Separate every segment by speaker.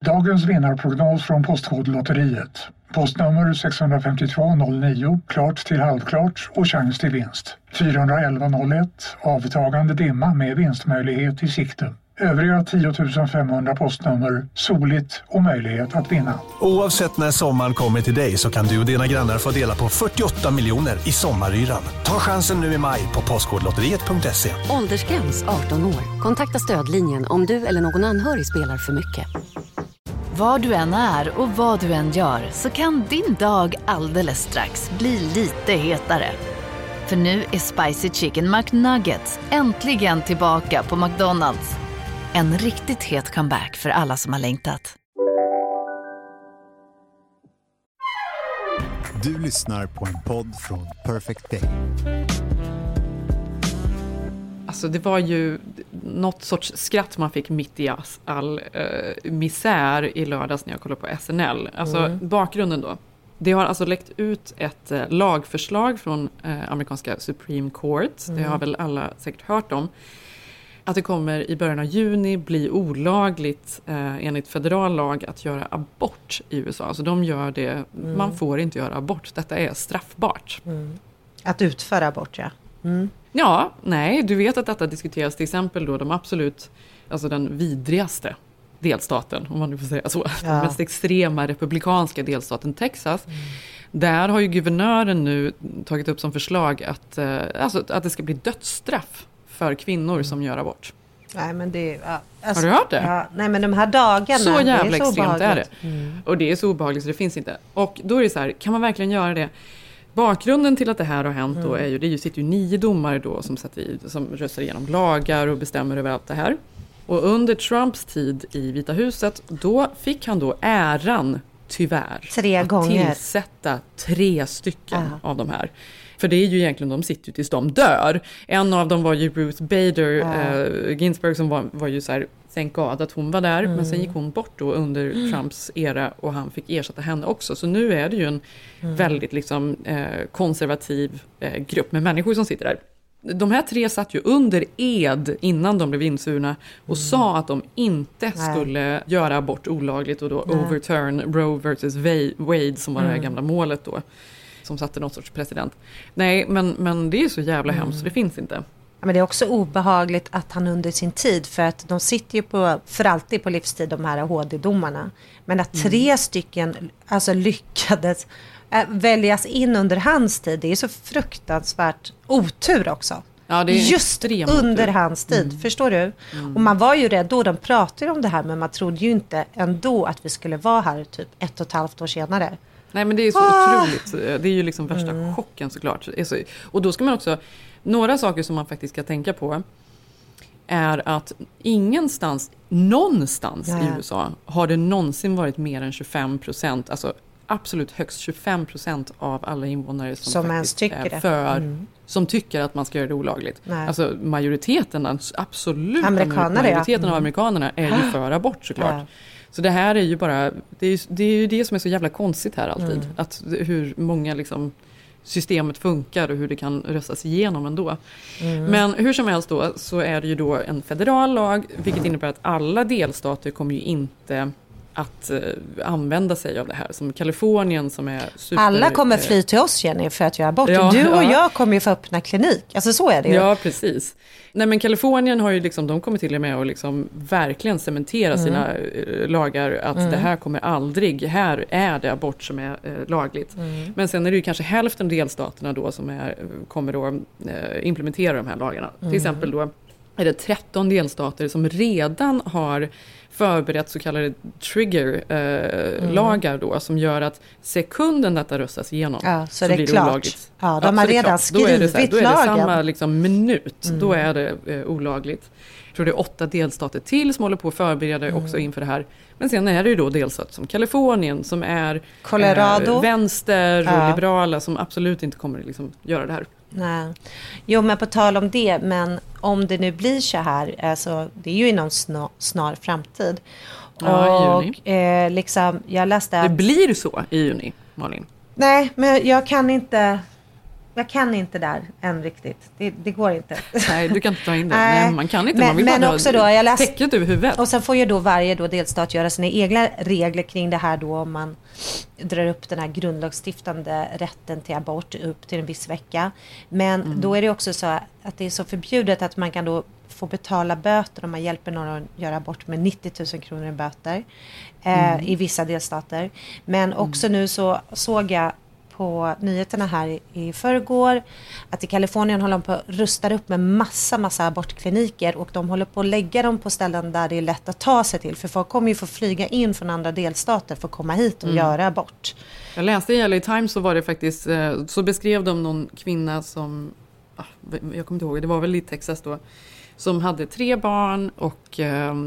Speaker 1: Dagens vinnarprognos från Postkodlotteriet. Postnummer 65209, klart till halvklart och chans till vinst. 41101, avtagande dimma med vinstmöjlighet i sikte. Övriga 10 500 postnummer, soligt och möjlighet att vinna.
Speaker 2: Oavsett när sommaren kommer till dig så kan du och dina grannar få dela på 48 miljoner i sommaryran. Ta chansen nu i maj på postkodlotteriet.se.
Speaker 3: Åldersgräns 18 år. Kontakta stödlinjen om du eller någon anhörig spelar för mycket.
Speaker 4: Var du än är och vad du än gör så kan din dag alldeles strax bli lite hetare. För nu är Spicy Chicken McNuggets äntligen tillbaka på McDonald's. En riktigt het comeback för alla som har längtat.
Speaker 5: Du lyssnar på en podd från Perfect Day.
Speaker 6: Alltså det var ju något sorts skratt man fick mitt i all misär i lördags när jag kollade på SNL. Alltså bakgrunden då. Det har alltså läckt ut ett lagförslag från amerikanska Supreme Court. Det har väl alla säkert hört om. Att det kommer i början av juni bli olagligt enligt federal lag att göra abort i USA. Alltså de gör det, man får inte göra abort. Detta är straffbart.
Speaker 7: Att utföra abort, ja.
Speaker 6: Ja, nej, du vet att detta diskuteras till exempel då de absolut, alltså den vidrigaste delstaten, om man nu får säga så. Den mest extrema republikanska delstaten Texas. Där har ju guvernören nu tagit upp som förslag att det ska bli dödsstraff för kvinnor som gör abort.
Speaker 7: Nej, men det,
Speaker 6: har du hört det?
Speaker 7: Ja, nej, men de här dagarna.
Speaker 6: Så jävla
Speaker 7: det är så
Speaker 6: extremt är det.
Speaker 7: Mm.
Speaker 6: Och det är så obehagligt så det finns inte. Och då är det så här, kan man verkligen göra det? Bakgrunden till att det här har hänt då är ju, det sitter ju 9 domare då som röstar igenom lagar och bestämmer över allt det här. Och under Trumps tid i Vita huset, då fick han då äran, tyvärr,
Speaker 7: 3 gånger
Speaker 6: tillsätta 3 stycken av de här. För det är ju egentligen, de sitter ju tills de dör. En av dem var ju Ruth Bader Ginsburg som var ju så här, thank God att hon var där. Men sen gick hon bort då under Trumps era och han fick ersätta henne också. Så nu är det ju en väldigt liksom, konservativ grupp med människor som sitter där. De här 3 satt ju under ed innan de blev insurna och sa att de inte skulle göra abort olagligt och då overturn Roe versus Wade som var det här gamla målet då. Som satte någon sorts president. Nej, men det är så jävla hemskt så det finns inte.
Speaker 7: Men det är också obehagligt att han under sin tid, för att de sitter ju för alltid på livstid, de här HD-domarna. Men att 3 stycken alltså lyckades väljas in under hans tid, det är så fruktansvärt otur också. Ja, det är just under otur. Hans tid, förstår du? Och man var ju rädd då, de pratade om det här, men man trodde ju inte ändå att vi skulle vara här typ 1,5 år senare.
Speaker 6: Nej, men det är så otroligt. Det är ju liksom värsta chocken såklart. Och då ska man också, några saker som man faktiskt ska tänka på är att någonstans i USA har det någonsin varit mer än 25%, alltså absolut högst 25% av alla invånare som faktiskt tycker som tycker att man ska göra det olagligt. Nej. Alltså majoriteten av amerikanerna är ju för abort såklart. Ja. Så det här är ju bara, det är ju det som är så jävla konstigt här alltid. Att hur många liksom systemet funkar och hur det kan röstas igenom ändå. Men hur som helst då så är det ju då en federal lag, vilket innebär att alla delstater kommer ju inte att använda sig av det här. Som Kalifornien som är super...
Speaker 7: Alla kommer fly till oss, Jenny, för att göra abort. Du och jag kommer ju få öppna klinik. Alltså så är det ju.
Speaker 6: Ja, precis. Nej, men Kalifornien har ju liksom, de kommer till och med att liksom verkligen cementera sina lagar att det här kommer aldrig, här är det abort som är lagligt. Men sen är det ju kanske hälften av delstaterna då som kommer då implementera de här lagarna. Till exempel då är det 13 delstater som redan har förberett så kallade trigger-lagar då, som gör att sekunden detta röstas igenom så blir det klart. Olagligt.
Speaker 7: Ja, de har redan skrivit lagen.
Speaker 6: Då är det samma liksom, minut, då är det olagligt. Jag tror det är 8 delstater till som håller på att förbereda också inför det här. Men sen är det ju då delstater som Kalifornien som är
Speaker 7: Colorado.
Speaker 6: Vänster och liberala som absolut inte kommer liksom, göra det här.
Speaker 7: Nej. Jo, men på tal om det, men om det nu blir så här, alltså, det är ju inom snar framtid.
Speaker 6: Ja,
Speaker 7: och i juni. Jag läste att...
Speaker 6: Det blir så i juni, Malin.
Speaker 7: Nej, men jag kan inte jag kan inte där än riktigt. Det går inte.
Speaker 6: Nej, du kan inte ta in det. Nej, man kan inte. Man vill
Speaker 7: men
Speaker 6: bara
Speaker 7: också då, jag läste,
Speaker 6: täcket över huvudet.
Speaker 7: Och sen får ju då varje delstat göra sina egna regler kring det här då, om man drar upp den här grundlagsstiftande rätten till abort upp till en viss vecka. Men då är det också så att det är så förbjudet att man kan då få betala böter om man hjälper någon att göra abort med 90 000 kronor i böter i vissa delstater. Men också nu så såg jag på nyheterna här i förrgår att i Kalifornien håller de på att rusta upp med massa abortkliniker, och de håller på att lägga dem på ställen där det är lätt att ta sig till, för folk kommer ju få flyga in från andra delstater för att komma hit och göra abort.
Speaker 6: Jag läste i LA Times, så var det faktiskt, så beskrev de någon kvinna som, jag kommer inte ihåg, det var väl i Texas då, som hade 3 barn och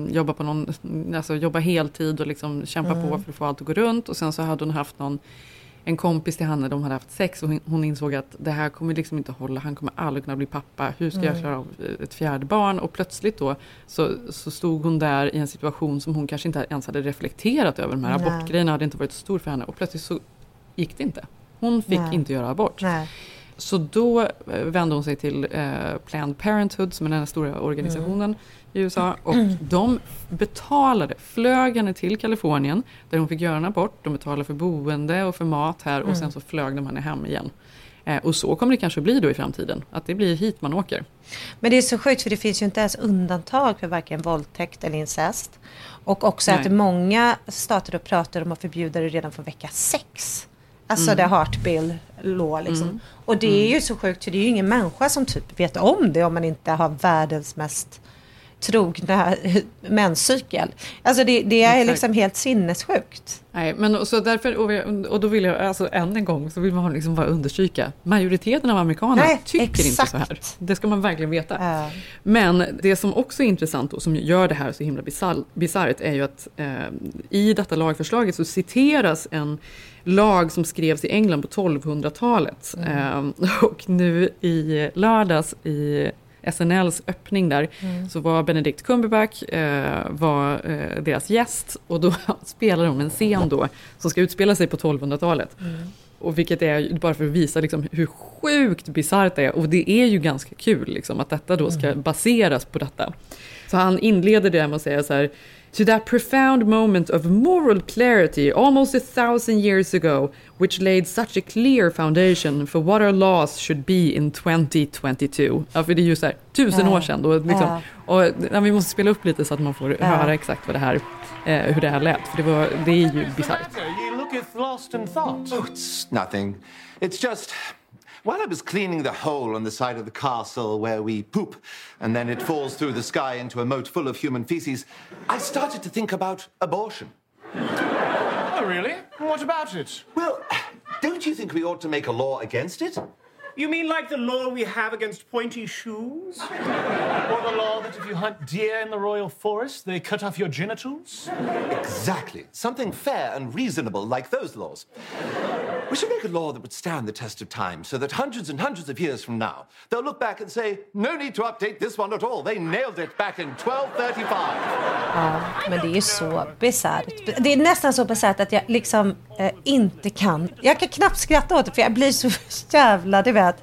Speaker 6: jobba heltid och liksom kämpa på för att få allt att gå runt. Och sen så hade hon haft en kompis till henne, de hade haft sex, och hon insåg att det här kommer liksom inte hålla, han kommer aldrig kunna bli pappa. Hur ska jag klara av ett 4:e barn? Och plötsligt då så stod hon där i en situation som hon kanske inte ens hade reflekterat över. De här abortgrejerna hade inte varit så stor för henne, och plötsligt så gick det inte. Hon fick inte göra abort. Nej. Så då vände hon sig till Planned Parenthood, som är den här stora organisationen i USA. Och de flög henne till Kalifornien där hon fick göra en abort. De betalade för boende och för mat här, och sen så flög de henne hem igen. Och så kommer det kanske bli då i framtiden. Att det blir hit man åker.
Speaker 7: Men det är så sjukt, för det finns ju inte ens undantag för varken våldtäkt eller incest. Och också att många stater då pratar om att förbjuda det redan från vecka 6. Alltså det Heart Bill law liksom. Och det är ju så sjukt, för det är ju ingen människa som typ vet om det om man inte har världens mest trogna menscykel. Alltså det är liksom helt sinnessjukt.
Speaker 6: Nej, men så därför, och då vill jag alltså än en gång, så vill man liksom bara understryka, majoriteten av amerikaner tycker inte så här. Det ska man verkligen veta. Men det som också är intressant och som gör det här så himla bisarrt är ju att i detta lagförslaget så citeras en lag som skrevs i England på 1200-talet. Och nu i lördags i SNLs öppning där så var Benedict Cumberbatch var deras gäst, och då spelar de en scen då som ska utspela sig på 1200-talet. Och vilket är bara för att visa liksom hur sjukt bisarrt det är, och det är ju ganska kul liksom, att detta då ska baseras på detta. Så han inleder det med att säga så här: "To that profound moment of moral clarity almost 1,000 years ago, which laid such a clear foundation for what our laws should be in 2022." Ja, för det är ju så här 1000 år sedan då, liksom. Och vi måste spela upp lite så att man får höra exakt vad det här, hur det här lät, för det är ju bisarrt.
Speaker 8: You looketh lost in thought.
Speaker 9: Oh, it's nothing. It's just... While I was cleaning the hole on the side of the castle where we poop, and then it falls through the sky into a moat full of human feces, I started to think about abortion.
Speaker 8: Oh, really? What about it?
Speaker 9: Well, don't you think we ought to make a law against it?
Speaker 8: You mean like the law we have against pointy shoes? Or the law that if you hunt deer in the royal forest, they cut off your genitals?
Speaker 9: Exactly. Something fair and reasonable like those laws. We should make a law that would stand the test of time, so that hundreds and hundreds of years from now, they'll look back and say, no need to update this one at all. They nailed it back in 1235.
Speaker 7: Ja, men det är ju så bisarrt. Det är nästan så bisarrt att jag liksom inte kan. Jag kan knappt skratta åt det, för jag blir så jävla, du vet.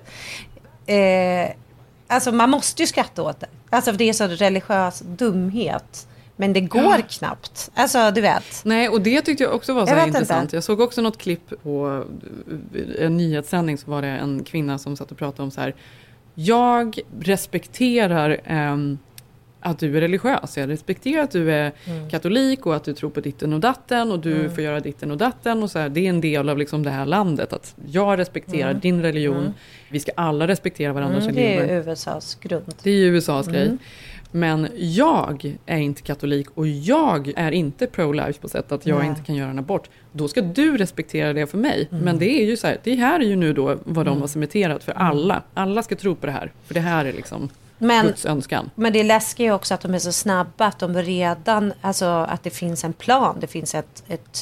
Speaker 7: Alltså man måste ju skratta åt det. Alltså det är så religiös dumhet. Men det går knappt. Alltså, du vet.
Speaker 6: Nej, och det tyckte jag också var så här intressant. Inte. Jag såg också något klipp på en nyhetssändning, så var det en kvinna som satt och pratade om så här: jag respekterar att du är religiös. Jag respekterar att du är katolik och att du tror på ditten och datten, och du får göra ditten och datten, och så här, det är en del av liksom det här landet, att jag respekterar din religion. Vi ska alla respektera varandras religioner.
Speaker 7: Det är USAs grund.
Speaker 6: Det är USAs grej. Men jag är inte katolik, och jag är inte pro-life på sätt att jag inte kan göra en abort. Då ska du respektera det för mig. Men det är ju så här, det här är ju nu då vad de har cementerat för alla. Alla ska tro på det här, för det här är liksom Guds önskan.
Speaker 7: Men det är läskigt också att de är så snabba, att de redan, alltså att det finns en plan, det finns ett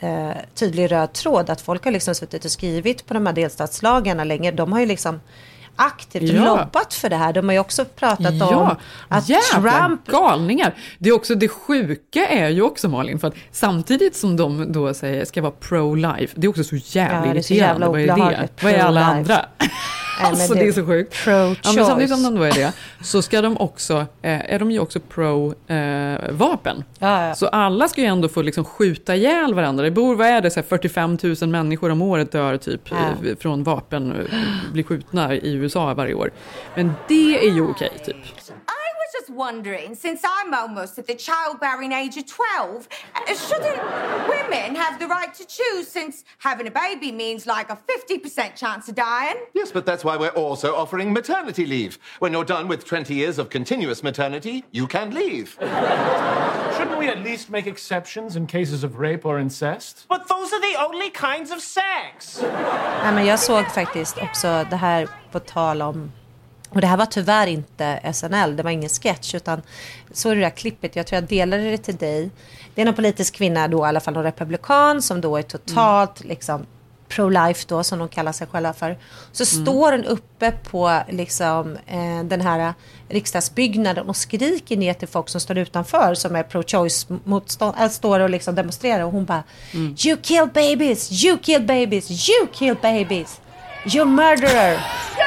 Speaker 7: tydlig röd tråd, att folk har liksom suttit och skrivit på de här delstatslagarna länge. De har ju liksom aktivt lobbat för det här. De har ju också pratat om att Trump...
Speaker 6: galningar. Det är också det sjuka är ju också, Malin, för att samtidigt som de då säger ska vara pro-life, det är också så jävla irriterande. Vad är det? Vad är alla andra? Alltså det är så sjukt.
Speaker 7: Pro-choice.
Speaker 6: Ja, men samtidigt som de då är det, så ska de också, är de ju också pro-vapen. Så alla ska ju ändå få liksom skjuta ihjäl varandra. Det bor, vad är det, så här 45 000 människor om året dör typ från vapen, blir skjutna i USA varje år. Men det är ju okej typ.
Speaker 10: Just wondering, since I'm almost at the childbearing age of 12, shouldn't women have the right to choose, since having a baby means like a 50% chance of dying?
Speaker 9: Yes, but that's why we're also offering maternity leave. When you're done with 20 years of continuous maternity, you can leave.
Speaker 8: Shouldn't we at least make exceptions in cases of rape or incest? But those are the only kinds of sex!
Speaker 7: Ja, men jag såg faktiskt också det här på tal om... Och det här var tyvärr inte SNL, det var ingen sketch, utan så är det där klippet, jag tror jag delade det till dig. Det är en politisk kvinna då, i alla fall en republikan, som då är totalt liksom pro-life då, som de kallar sig själva för. Så står den uppe på liksom den här riksdagsbyggnaden och skriker ner till folk som står utanför, som är pro-choice motstånd, står och liksom demonstrerar, och hon bara You kill babies, you kill babies, you kill babies, you're murderer.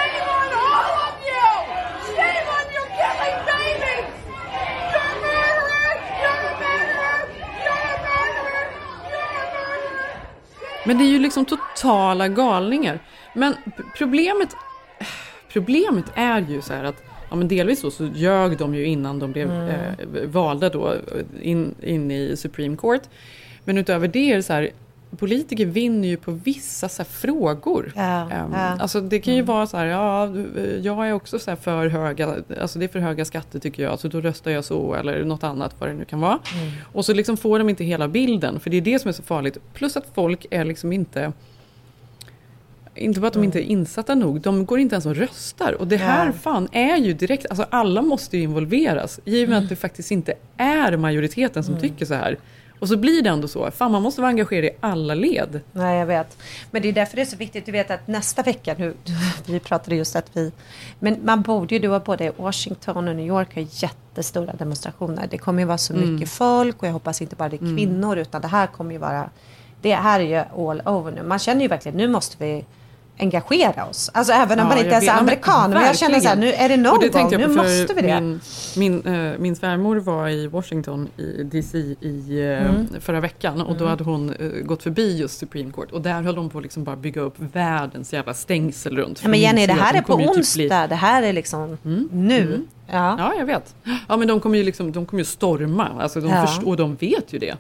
Speaker 6: Men det är ju liksom totala galningar. Men problemet är ju så här att men delvis så ljög de ju innan de blev valda då in i Supreme Court. Men utöver det är det så här, politiker vinner ju på vissa så här frågor. Alltså det kan ju vara så här, jag är också så här för höga, alltså det är för höga skatter tycker jag, så då röstar jag så, eller något annat vad det nu kan vara. Och så liksom får de inte hela bilden, för det är det som är så farligt. Plus att folk är liksom inte bara att de inte är insatta nog, de går inte ens och röstar. Och det här fan är ju direkt, alltså alla måste ju involveras, givet att det faktiskt inte är majoriteten som tycker så här. Och så blir det ändå så. Fan, man måste vara engagerad i alla led.
Speaker 7: Nej, jag vet. Men det är därför det är så viktigt. Du vet att nästa vecka, vi pratade just att men man borde ju då både Washington och New York ha jättestora demonstrationer. Det kommer ju vara så mycket folk, och jag hoppas inte bara det är kvinnor, utan det här kommer ju vara, det här är ju all over nu. Man känner ju verkligen, nu måste vi engagera oss. Alltså även om man inte är så amerikan. Men jag känner så här, nu är det någon gång, nu måste vi det.
Speaker 6: Min svärmor var i Washington i DC förra veckan, och då hade hon gått förbi just Supreme Court, och där höll de på liksom bara bygga upp världens jävla stängsel runt.
Speaker 7: Ja, men Jenny, det här är på onsdag, det här är liksom nu.
Speaker 6: Ja, jag vet. Ja, men de kommer ju storma, alltså och de vet ju det.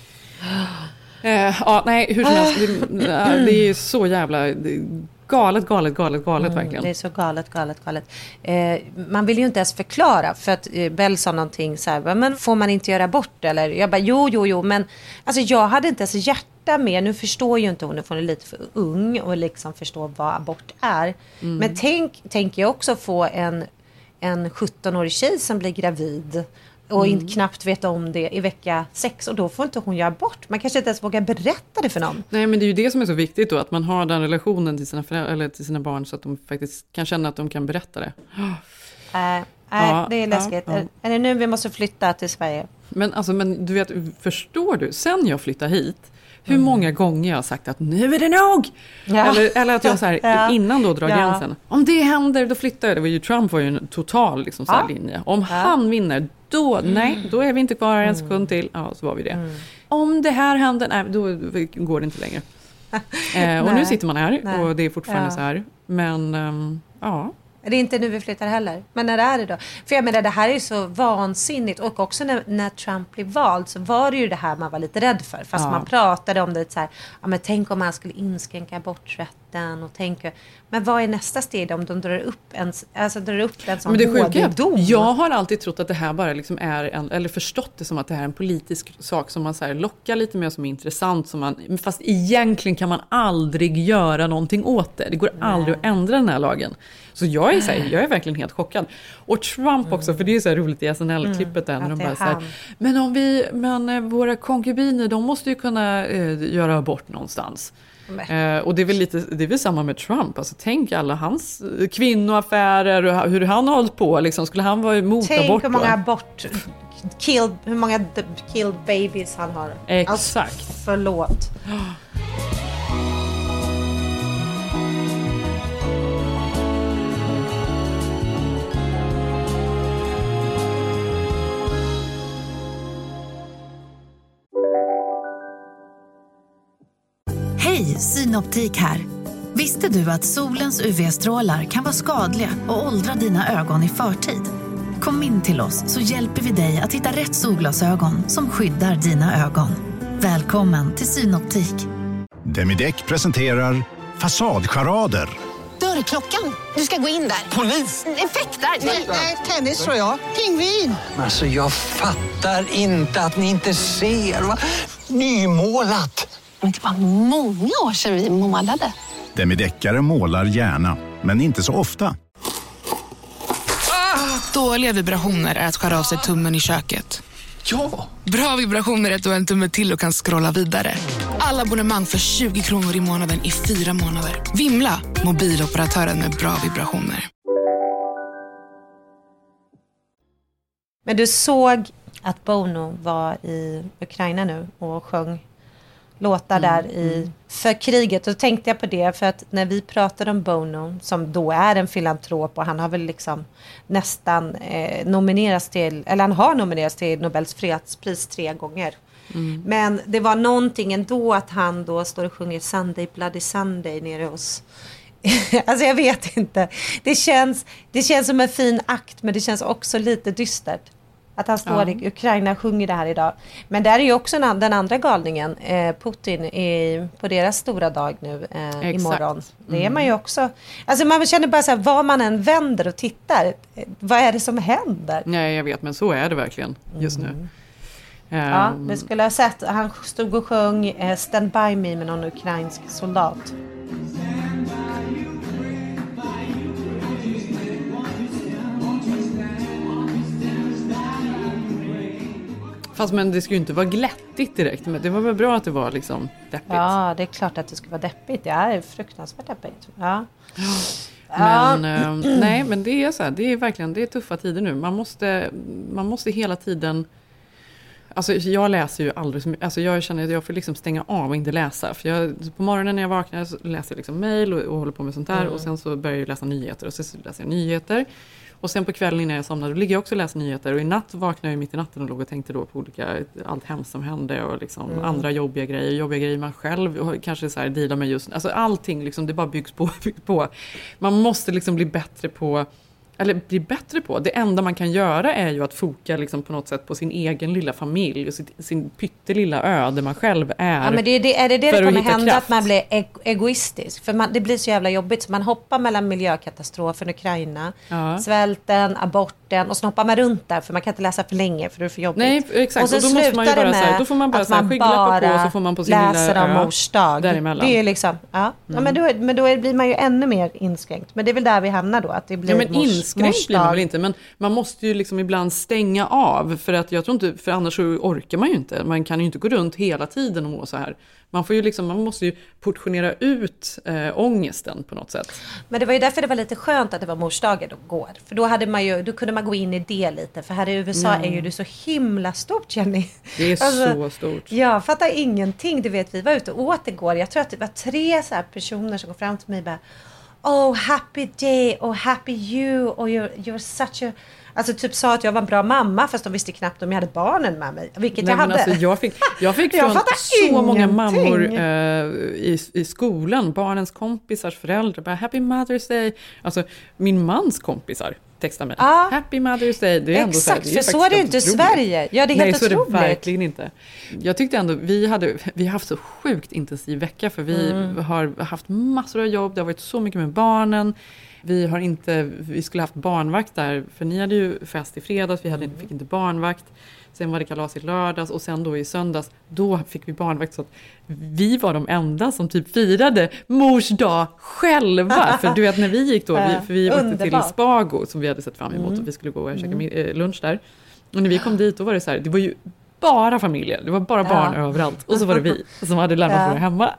Speaker 6: Hur som helst, det är så jävla galet verkligen.
Speaker 7: Det är så galet. Man vill ju inte ens förklara, för att Bell sa någonting så här, men får man inte göra abort? Eller jag bara, jo, men alltså jag hade inte ens hjärta med, nu förstår ju inte hon är lite för ung och liksom förstår vad abort är. Men tänk jag också få en 17-årig tjej som blir gravid och inte knappt vet om det i vecka 6, och då får inte hon göra abort. Man kanske inte ens vågar berätta det för någon.
Speaker 6: Nej, men det är ju det som är så viktigt då, att man har den relationen till sina föräldrar eller till sina barn, så att de faktiskt kan känna att de kan berätta det.
Speaker 7: Nej, det är läskigt. Är det nu vi måste flytta till Sverige?
Speaker 6: Men du vet, förstår du, sen jag flyttade hit, hur många gånger jag har sagt att nu är det nog! Ja. Eller att jag så här, innan då drar gränsen. Om det händer, då flyttar jag. Det var ju, Trump var ju en total liksom, så här linje. Om han vinner, då är vi inte kvar en sekund till. Ja, så var vi det. Om det här händer, nej, då går det inte längre. Och nu sitter man här och det är fortfarande så här. Men
Speaker 7: Det är inte nu vi flyttar heller. Men när är det då? För jag menar, det här är ju så vansinnigt. Och också när Trump blev vald så var det ju det här man var lite rädd för. Fast man pratade om det så här, men tänk om man skulle inskränka aborträtten. Och men vad är nästa steg om de drar upp en sån HD-dom?
Speaker 6: Jag har alltid trott att det här bara liksom är eller förstått det som att det här är en politisk sak som man så här lockar lite mer, som är intressant. Fast egentligen kan man aldrig göra någonting åt det. Det går aldrig att ändra den här lagen. Så jag är verkligen helt chockad. Och Trump också, för det är så här roligt i SNL-klippet där, när de bara säger, men våra konkubiner, de måste ju kunna göra abort någonstans. Och det är väl samma med Trump. Alltså, tänk alla hans kvinnoaffärer och hur han har hållit på. Liksom. Skulle han vara emot abort?
Speaker 7: Tänk hur många killed babies han har.
Speaker 6: Exakt.
Speaker 7: Alltså, förlåt.
Speaker 4: Hej, Synoptik här. Visste du att solens UV-strålar kan vara skadliga och åldra dina ögon i förtid? Kom in till oss så hjälper vi dig att hitta rätt solglasögon som skyddar dina ögon. Välkommen till Synoptik.
Speaker 11: Demideck presenterar Fasadcharader.
Speaker 12: Dörrklockan. Du ska gå in där. Polis? Effektar? Nej, tennis tror jag. Pingvin.
Speaker 13: Alltså jag fattar inte att ni inte ser. Nymålat.
Speaker 12: Men det var många år sedan vi målade.
Speaker 11: Demideckare målar gärna, men inte så ofta.
Speaker 14: Dåliga vibrationer är att skära av sig tummen i köket.
Speaker 13: Ja!
Speaker 14: Bra vibrationer är att du har en tumme till och kan scrolla vidare. Alla abonnemang för 20 kronor i månaden i 4 månader. Vimla! Mobiloperatören med bra vibrationer.
Speaker 7: Men du såg att Bono var i Ukraina nu och sjöng låtar där för kriget. Och tänkte jag på det för att när vi pratade om Bono, som då är en filantrop och han har väl liksom nästan nominerats till, eller han har nominerats till Nobels fredspris 3 gånger. Men det var någonting ändå att han då står och sjunger Sunday Bloody Sunday nere hos alltså jag vet inte. Det känns som en fin akt, men det känns också lite dystert. Att han står i Ukraina och sjunger det här idag. Men där är ju också den andra galningen. Putin på deras stora dag nu imorgon. Det är man ju också. Alltså man känner bara så här, var man än vänder och tittar. Vad är det som händer?
Speaker 6: Nej, jag vet, men så är det verkligen just nu.
Speaker 7: Ja, vi skulle ha sett. Han stod och sjöng Stand By Me med någon ukrainsk soldat.
Speaker 6: Fast men det skulle ju inte vara glättigt direkt. Men det var väl bra att det var liksom deppigt.
Speaker 7: Ja, det är klart att det skulle vara deppigt. Det är fruktansvärt deppigt. Ja.
Speaker 6: Men nej, men det är så här, det är verkligen, det är tuffa tider nu. Man måste hela tiden. Alltså jag läser ju aldrig så mycket. Alltså jag känner att jag får liksom stänga av och inte läsa. För på morgonen när jag vaknar så läser jag liksom mejl och håller på med sånt där. Och sen så börjar jag läsa nyheter. Och sen så läser jag nyheter. Och sen på kvällen innan jag somnar, då ligger jag också och läser nyheter. Och i natt vaknade jag mitt i natten och låg och tänkte då på allt hemskt som hände. Och liksom andra jobbiga grejer man själv och kanske så här dealar med just. Alltså allting liksom, det bara byggs på. Man måste liksom bli bättre på. Det enda man kan göra är ju att foka liksom på något sätt på sin egen lilla familj och sin pyttelilla ö där man själv är.
Speaker 7: Ja, men är det kommer hända kraft. Att man blir egoistisk? För det blir så jävla jobbigt så man hoppar mellan miljökatastrofen, Ukraina, svälten, aborten och så hoppar man runt där för man kan inte läsa för länge för det är för jobbigt.
Speaker 6: Nej, exakt. Och då måste man ju bara säga, då får man bara skygglappar på och så får man på sin lilla
Speaker 7: ö mors dag.
Speaker 6: Däremellan.
Speaker 7: Det är liksom, men då blir man ju ännu mer inskränkt. Men det är väl där vi hamnar då, att det blir
Speaker 6: inskränkt blir man väl inte, men man måste ju liksom ibland stänga av för att jag tror inte, för annars så orkar man ju inte. Man kan ju inte gå runt hela tiden och må så här. Man måste ju portionera ut ångesten på något sätt.
Speaker 7: Men det var ju därför det var lite skönt att det var morsdagen går. För då kunde man gå in i det lite. För här i USA är ju det så himla stort, Jenny.
Speaker 6: Det är så stort.
Speaker 7: Jag fattar ingenting. Du vet, vi var ute och åt igår. Jag tror att det var 3 så här personer som går fram till mig och bara oh, happy day, oh, happy you, och you're such a... Alltså typ sa att jag var en bra mamma fast de visste knappt om jag hade barnen med mig. Vilket jag hade.
Speaker 6: Alltså, jag fick från så många mammor i skolan. Barnens kompisars föräldrar. Bara, happy Mother's Day. Alltså min mans kompisar textar mig. Happy Mother's Day. Det är ändå
Speaker 7: exakt,
Speaker 6: så här,
Speaker 7: för så är det ju inte i Sverige. Ja, det är helt otroligt.
Speaker 6: Nej, så är det verkligen inte. Jag tyckte ändå, vi har haft så sjukt intensiv vecka. För vi har haft massor av jobb. Det har varit så mycket med barnen. Vi skulle haft barnvakt där, för ni hade ju fest i fredags, fick inte barnvakt. Sen var det kalas i lördags och sen då i söndags, då fick vi barnvakt, så att vi var de enda som typ firade mors dag själva. För du vet när vi gick då, för vi åkte till Spago som vi hade sett fram emot och vi skulle gå och käka lunch där. Och när vi kom dit då var det så här, det var ju bara familjer. Det var bara barn överallt. Och så var det vi som hade lämnat våra hemma.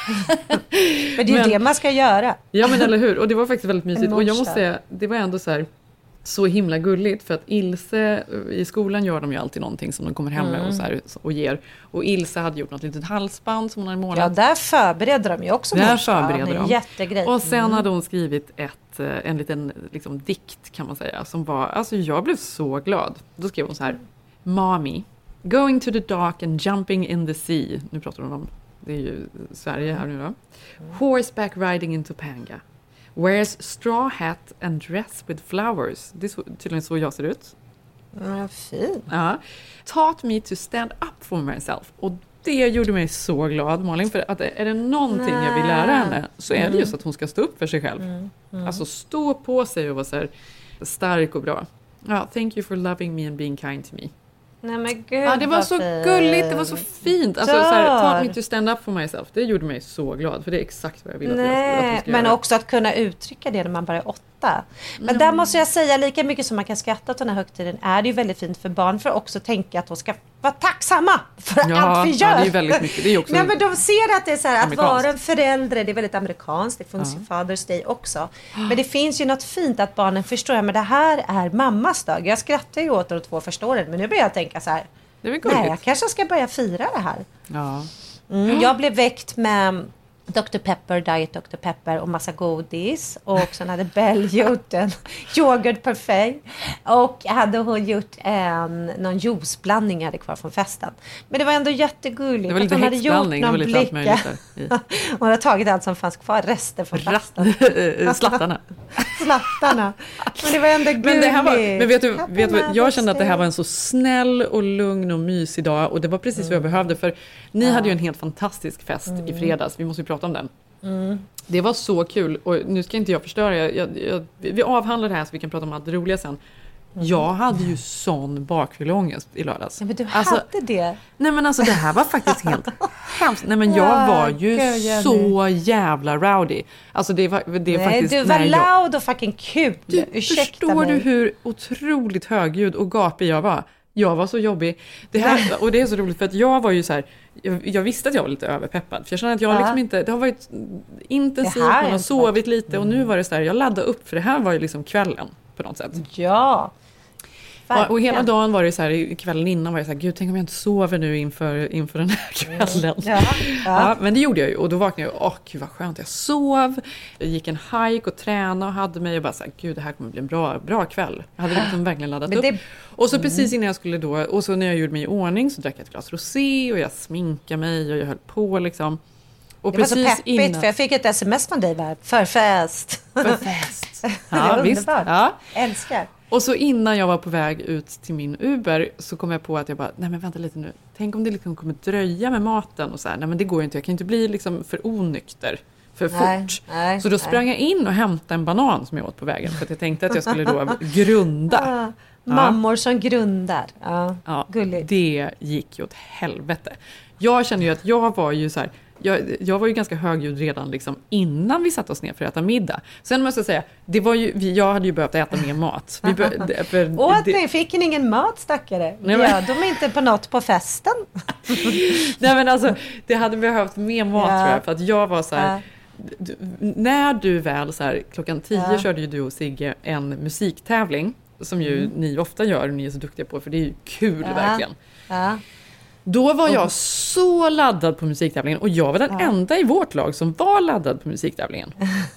Speaker 7: Men det är ju det man ska göra.
Speaker 6: Ja, men eller hur? Och det var faktiskt väldigt mysigt. Och jag måste säga, det var ändå så himla gulligt. För att Ilse, i skolan gör de ju alltid någonting som de kommer hem med och ger. Och Ilse hade gjort något litet halsband som hon hade målat.
Speaker 7: Ja, där förbereder de ju också.
Speaker 6: Där förbereder de.
Speaker 7: Jättegrej.
Speaker 6: Och sen hade hon skrivit en liten liksom, dikt kan man säga. Som var, alltså jag blev så glad. Då skrev hon så här: Mommy, going to the dock and jumping in the sea. Nu pratar hon om, det är ju Sverige här nu då. Horseback riding in Topanga. Wears straw hat and dress with flowers. Det är tydligen så jag ser ut.
Speaker 7: Fint.
Speaker 6: Ja. Taught me to stand up for myself. Och det gjorde mig så glad, Malin. För att är det någonting jag vill lära henne så är det just att hon ska stå upp för sig själv. Alltså stå på sig och vara så här stark och bra. Ja, thank you for loving me and being kind to me.
Speaker 7: Nej men gud,
Speaker 6: det var så gulligt, det var så fint. Alltså taught me to stand up for myself. Det gjorde mig så glad, för det är exakt vad jag vill att jag ska
Speaker 7: men
Speaker 6: göra.
Speaker 7: Också att kunna uttrycka det när man bara är 8. Men där måste jag säga, lika mycket som man kan skratta åt den här högtiden, är det ju väldigt fint för barn för att också tänka att de ska vara tacksamma för allt vi gör.
Speaker 6: Ja, det är ju väldigt mycket. Det är också
Speaker 7: nej, men de ser att det är så här, att vara en förälder, det är väldigt amerikanskt, det finns ju Father's Day också. Men det finns ju något fint att barnen förstår, men det här är mammas dag. Jag skrattar ju åt de 2 första åren, men nu börjar jag tänka så här, nej, jag kanske ska börja fira det här.
Speaker 6: Ja.
Speaker 7: Jag blev väckt med Dr. Pepper, Diet Dr. Pepper och massa godis. Och sen hade Belle gjort en yoghurtparfait. Och hade hon gjort någon juiceblandning jag hade kvar från festen. Men det var ändå jättegulligt.
Speaker 6: Det var lite häxblandning, det var lite allt möjligt där.
Speaker 7: Hon hade tagit allt som fanns kvar, resten från festen.
Speaker 6: Slattarna.
Speaker 7: Men det var ändå gulligt.
Speaker 6: Men, det här var, men vet du, jag kände att det här var en så snäll och lugn och mysig dag. Och det var precis vad jag behövde. För ni hade ju en helt fantastisk fest i fredags. Vi måste ju prata om den. Det var så kul. Och nu ska inte jag förstöra. Vi avhandlar det här så vi kan prata om allt det roliga sen. Jag hade ju sån bakfylleångest i lördags.
Speaker 7: Ja, men du hade det?
Speaker 6: Nej, men alltså det här var faktiskt helt hemskt. Nej, men jag var ju så jävla rowdy. Alltså det är faktiskt...
Speaker 7: Du var loud och fucking kul.
Speaker 6: Förstår du hur otroligt högljudd och gapig jag var? Jag var så jobbig. Och det är så roligt för att jag var ju så här... Jag visste att jag var lite överpeppad. För jag kände att jag liksom inte... Det har varit intensivt, man har sovit lite. Och nu var det så här, jag laddade upp. För det här var ju liksom kvällen på något sätt.
Speaker 7: Ja.
Speaker 6: Och hela dagen var det så här, kvällen innan var jag så här, gud, tänk om jag inte sover nu inför den här kvällen. Ja, men det gjorde jag ju. Och då vaknade jag, gud vad skönt, jag sov. Jag gick en hike och tränade och hade mig och bara så här, gud, det här kommer bli en bra kväll. Jag hade liksom verkligen laddat upp. Och så precis innan jag skulle då, och så när jag gjorde mig i ordning så drack jag ett glas rosé och jag sminkade mig och jag höll på liksom. Och
Speaker 7: det var så peppigt, för jag fick ett sms från dig där, för fest.
Speaker 6: Ja, visst. Ja.
Speaker 7: Älskar.
Speaker 6: Och så innan jag var på väg ut till min Uber så kom jag på att jag bara, nej men vänta lite nu. Tänk om det liksom kommer dröja med maten och så här. Nej men det går ju inte, jag kan inte bli liksom för onykter för fort. Så då sprang jag in och hämtade en banan som jag åt på vägen. För att jag tänkte att jag skulle då grunda.
Speaker 7: Mammor som grundar.
Speaker 6: Ja, det gick ju åt helvete. Jag kände ju att jag var ju så här... Jag var ju ganska högljudd redan liksom innan vi satt oss ner för att äta middag. Sen måste jag säga, det var ju, jag hade ju behövt äta mer mat.
Speaker 7: Ni fick ingen mat, stackare. Ja, de är inte på något på festen.
Speaker 6: Nej men alltså, det hade behövt mer mat tror jag. För att jag var så här... När du väl så här, 10:00 körde ju du och Sigge en musiktävling. Som ju ni ofta gör och ni är så duktiga på. För det är ju kul verkligen. Då var jag så laddad på musiktävlingen. Och jag var den enda i vårt lag som var laddad på musiktävlingen.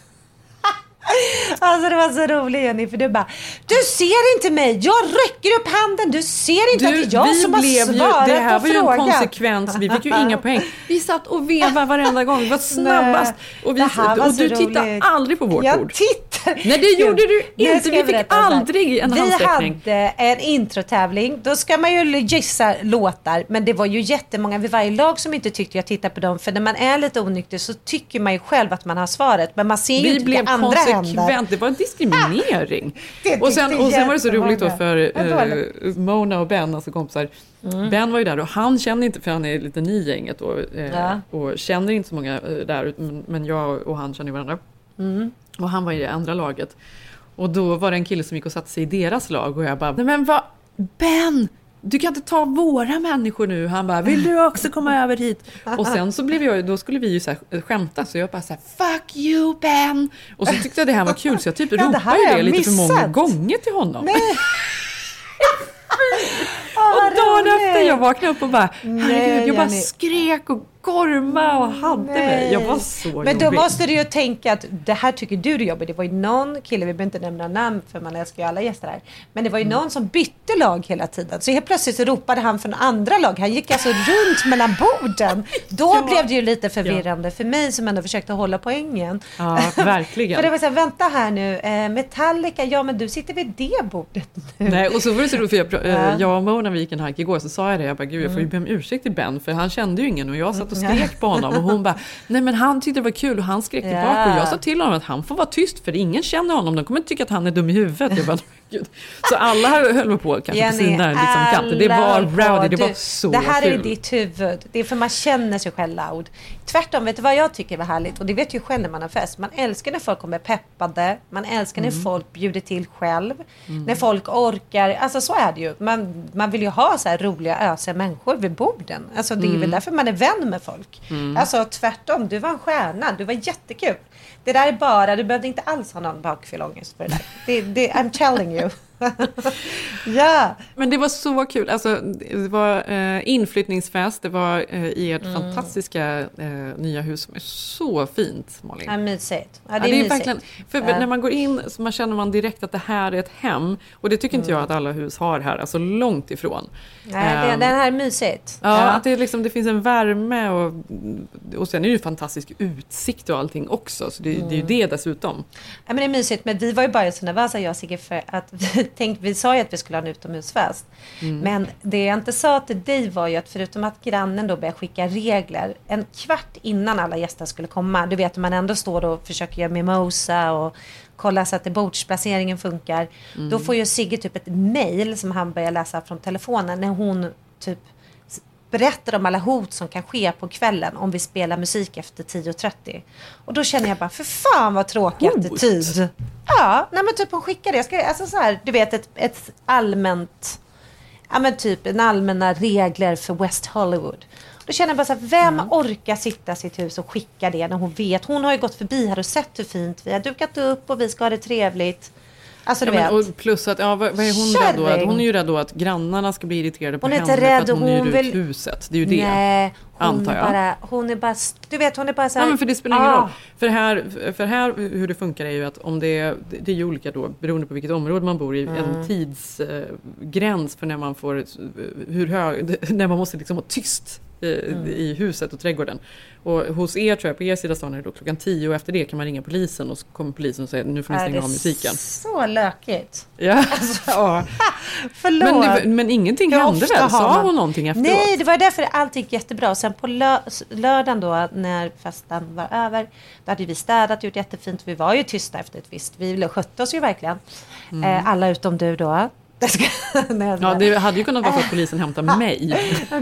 Speaker 7: Alltså det var så roligt, Jenny, för du bara, du ser inte mig, jag räcker upp handen, du ser inte att det är jag som har svarat
Speaker 6: det här
Speaker 7: på
Speaker 6: var
Speaker 7: frågan.
Speaker 6: Ju en konsekvens, vi fick ju inga poäng. Vi satt och vevade varenda gång, vi var snabbast. Och du tittade aldrig på vårt bord. Nej, det gjorde du inte, vi fick aldrig en handsträckning.
Speaker 7: Vi hade en introtävling, då ska man ju gissa låtar, men det var ju jättemånga vid varje lag som inte tyckte jag tittade på dem, för när man är lite onykter så tycker man ju själv att man har svaret, men man ser ju inte det andra händer.
Speaker 6: Det var en diskriminering. Och sen var det så roligt då för Mona och Ben, alltså kompisar. Ben var ju där och han känner inte, för han är lite ny i gänget och känner inte så många där, men jag och han känner varandra. Och han var i det andra laget. Och då var det en kille som gick och satte sig i deras lag och jag bara, nej men vad, Ben, du kan inte ta våra människor nu. Han bara, vill du också komma över hit? Och sen så då skulle vi ju så här skämta. Så jag bara så här, fuck you Ben. Och så tyckte jag det här var kul. Så jag typ ropade ju det lite för många gånger till honom.
Speaker 7: Nej.
Speaker 6: Och dagen efter jag vaknade upp och bara, herregud, jag bara skrek och gorma och hade mig. Jag var så jobbig.
Speaker 7: Men då måste du ju tänka att det här tycker du är jobbigt. Det var ju någon kille, vi behöver inte nämna namn för man älskar ju alla gäster här. Men det var ju någon som bytte lag hela tiden. Så helt plötsligt så ropade han från andra lag. Han gick alltså runt mellan borden. Då blev det ju lite förvirrande för mig som ändå försökte hålla poängen.
Speaker 6: Ja, verkligen.
Speaker 7: För det var så här, vänta här nu. Metallica, ja men du sitter vid det bordet nu.
Speaker 6: Nej, och så var det så roligt för jag och Mona, vi gick en hike igår, så sa jag det. Jag bara, gud jag får ju be om ursäkt till Ben. För han kände ju ingen och jag satt och skrek på honom. Och hon bara, nej men han tyckte det var kul och han skrek tillbaka. Och jag sa till honom att han får vara tyst för ingen känner honom. De kommer inte tycka att han är dum i huvudet. Jag bara, gud. Så alla höll på kanske
Speaker 7: Jenny,
Speaker 6: på sina liksom, kanter. Det var rowdy, det var så
Speaker 7: kul. Det här
Speaker 6: kul.
Speaker 7: är ditt huvud. Det är för man känner sig själv loud. Tvärtom, vet du vad jag tycker var härligt? Och det vet ju själv när man har fest. Man älskar när folk kommer peppade. Man älskar när folk bjuder till själv. När folk orkar. Alltså så är det ju. Man vill ju ha så här roliga, ösiga människor vid borden. Alltså det är väl därför man är vän med folk. Alltså tvärtom, du var en stjärna. Du var jättekul. Det där är bara, du behövde inte alls ha någon bakfyllångest för det där. I'm telling you. Ja.
Speaker 6: Men det var så kul. Alltså, det var inflyttningsfest. Det var i ert fantastiska nya hus som är så fint, Malin.
Speaker 7: Ja, mysigt. Ja,
Speaker 6: det är mysigt. Verkligen, för när man går in så man känner man direkt att det här är ett hem. Och det tycker inte jag att alla hus har här. Alltså långt ifrån.
Speaker 7: Nej, den här är mysigt.
Speaker 6: Ja, att det, liksom, det finns en värme och sen är det ju fantastisk utsikt och allting också. Så det är ju det dessutom.
Speaker 7: Ja, men det är mysigt. Men vi var ju bara så nervösa, jag och Sigge, för att vi sa ju att vi skulle ha en utomhusfest. Men det jag inte sa till dig var ju att förutom att grannen då började skicka regler en kvart innan alla gäster skulle komma. Du vet, man ändå står och försöker göra mimosa och kolla så att bordsplaceringen funkar. Då får ju Sigge typ ett mejl som han börjar läsa från telefonen när hon typ berättar om alla hot som kan ske på kvällen om vi spelar musik efter 10:30. Och då känner jag bara, för fan vad tråkig attityd. Ja, nej men typ hon skickar det. Alltså så här, du vet ett allmänt, ja men typ en allmänna regler för West Hollywood. Då känner jag bara så här, vem orkar sitta i sitt hus och skicka det när hon vet, hon har ju gått förbi här och sett hur fint vi har dukat upp och vi ska ha det trevligt. Alltså, du vet.
Speaker 6: Och plus att, vad är hon rädd då? Att hon är ju rädd då att grannarna ska bli irriterade på henne för att hon hyr ut huset. Det är ju det,
Speaker 7: nej,
Speaker 6: antar jag.
Speaker 7: Hon är bara, du vet, hon är bara så här.
Speaker 6: Ja, men för det spelar ingen roll. För här, hur det funkar är ju att om det är ju olika då, beroende på vilket område man bor i, en tidsgräns för när man får, när man måste liksom vara tyst i huset och trädgården. Och hos er, tror jag, på er sida stan är det då 10:00 och efter det kan man ringa polisen och så kommer polisen och säger nu får ni stänga av musiken.
Speaker 7: Så lökigt.
Speaker 6: Ja.
Speaker 7: Alltså, förlåt.
Speaker 6: Men ingenting hände väl? Sa hon någonting efteråt?
Speaker 7: Nej, det var därför allt gick jättebra. Och sen på lördagen då, när festen var över, då hade vi städat, gjort jättefint. Vi var ju tysta efter ett visst. Vi skötte oss ju verkligen. Alla utom du då.
Speaker 6: Ja, det hade ju kunnat vara så att polisen hämtar mig.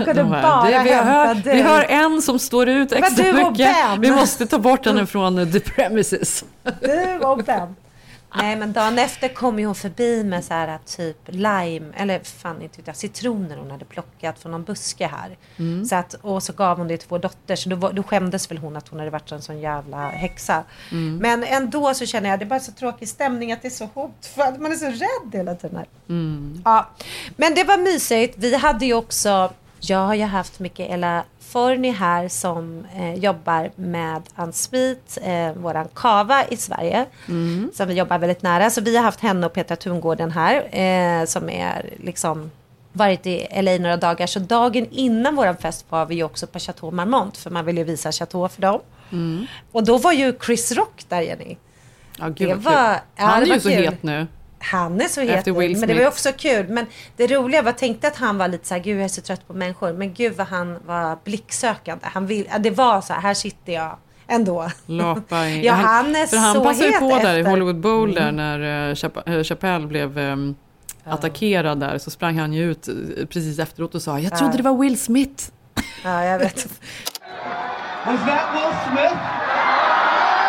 Speaker 6: Vi har en som står ut extra mycket. Vi måste ta bort henne från the premises.
Speaker 7: Du och Ben. Nej, men dagen efter kom ju hon förbi med så här typ lime, eller fan inte vet, citroner hon hade plockat från någon buske här. Så att, och så gav hon det till vår dotter, så då skämdes väl hon att hon hade varit en sån jävla häxa. Men ändå så känner jag, det är bara så tråkig stämning att det är så hotfullt, man är så rädd hela tiden här. Ja, men det var mysigt. Vi hade ju också, jag har ju haft mycket Ella Forni här som jobbar med Unsweet, våran kava i Sverige, som vi jobbar väldigt nära. Så vi har haft henne och Petra Tungården här, som är liksom varit i LA några dagar. Så dagen innan våran fest var vi ju också på Chateau Marmont, för man ville visa Chateau för dem. Och då var ju Chris Rock där, Jenny.
Speaker 6: Ja, gud, det var, han är ju så het nu.
Speaker 7: Han är så het, men det var ju också kul. Men det roliga var, tänkte att han var lite så här, gud jag är så trött på människor. Men gud vad han var blicksökande. Det var så här sitter jag ändå.
Speaker 6: Lapa in.
Speaker 7: Ja, han är
Speaker 6: för han
Speaker 7: så
Speaker 6: passade
Speaker 7: het
Speaker 6: på
Speaker 7: efter.
Speaker 6: där i Hollywood Bowl där när Chappelle blev attackerad där. Så sprang han ju ut precis efteråt och sa, jag trodde det var Will Smith.
Speaker 7: Ja, jag vet.
Speaker 8: Was that Will Smith?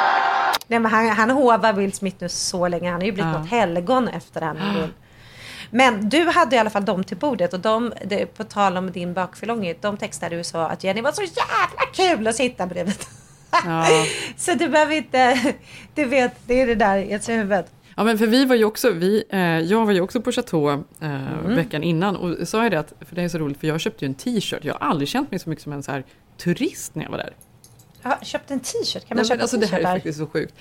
Speaker 7: Nej, men han hovar Will Smith nu så länge. Han har ju blivit något helgon efter det här med Will. Men du hade i alla fall dem till bordet. Och på tal om din bakfyllångest, de textade ju så att Jenny var så jävla kul att sitta bredvid. Ja. Så du behöver inte... Du vet, det är det där i ett huvud.
Speaker 6: Ja, men för vi var ju också, jag var ju också på Chateau veckan innan och sa det att, för det är så roligt för jag köpte ju en t-shirt. Jag har aldrig känt mig så mycket som en så här turist när jag var där.
Speaker 7: Ja, köpte en t-shirt? Kan man köpa
Speaker 6: alltså,
Speaker 7: t-shirt
Speaker 6: det här är faktiskt så sjukt.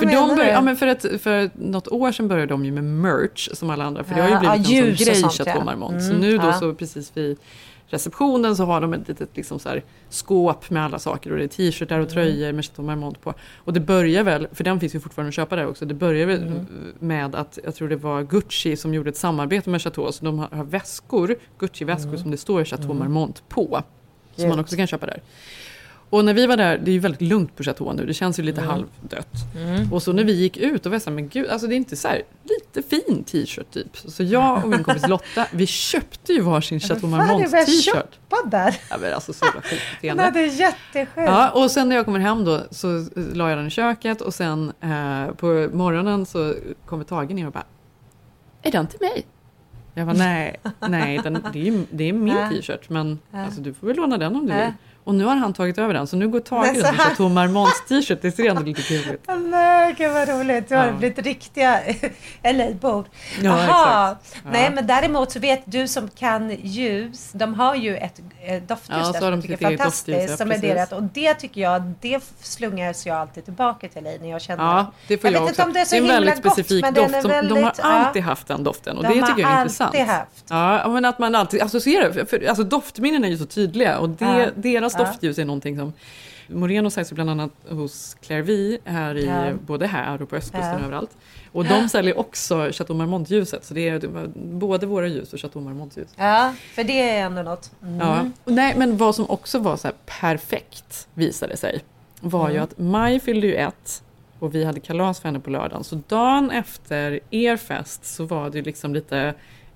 Speaker 6: För något år sedan började de ju med merch som alla andra. För det har ju blivit en sån grej Chateau Marmont. Så nu då så precis vid receptionen så har de ett litet liksom så här skåp med alla saker och det är t-shirtar och tröjor med Chateau Marmont på. Och det börjar väl, för den finns ju fortfarande att köpa där också, det börjar väl med att jag tror det var Gucci som gjorde ett samarbete med Chateau, så de har väskor, Gucci-väskor som det står Chateau Marmont på, som man också kan köpa där. Och när vi var där, det är ju väldigt lugnt på Chateau nu, det känns ju lite halvdött. Och så när vi gick ut och var så här, men gud, alltså det är inte så här, lite fin t-shirt typ. Så jag och min kompis Lotta, vi köpte ju varsin Chateau Marmont t-shirt.
Speaker 7: Där.
Speaker 6: Ja, men alltså så sjukt beteende.
Speaker 7: Det är jättesjukt.
Speaker 6: Ja, och sen när jag kommer hem då så la jag den i köket och sen på morgonen så kommer Tage ner och bara, är den till mig? Jag var nej, det är min t-shirt, men alltså, du får väl låna den om du vill. Och nu har han tagit över den. Så nu går Tage ut med Chateau Marmonts t-shirt. Det ser ändå lite kul ut.
Speaker 7: Nej, gud vad roligt. Du har blivit riktiga LA-bord.
Speaker 6: Ja, exakt. Ja.
Speaker 7: Nej, men däremot så vet du som kan ljus. De har ju ett doftljus där som tycker är fantastiskt. Som är deras. Och det tycker jag, det slungas jag alltid tillbaka till dig när jag känner.
Speaker 6: Ja, det får jag också.
Speaker 7: Vet inte om det är så
Speaker 6: en
Speaker 7: himla
Speaker 6: väldigt specifik
Speaker 7: gott,
Speaker 6: doft.
Speaker 7: väldigt,
Speaker 6: de har alltid haft den doften. Och det tycker jag är intressant.
Speaker 7: Haft.
Speaker 6: Ja, men att man alltid associerar. För alltså doftminnen är ju så tydliga. Och deras doftljus är någonting som Moreno sägs bland annat hos Claire V här både här och på östkusten överallt. Och de säljer också Chateau Marmont-ljuset. Så det är både våra ljus och Chateau Marmont-ljus. Ja,
Speaker 7: för det är ändå något.
Speaker 6: Ja. Nej, men vad som också var så här perfekt visade sig var ju att Maj fyllde ju 1 och vi hade kalas för henne på lördagen. Så dagen efter er fest så var det liksom lite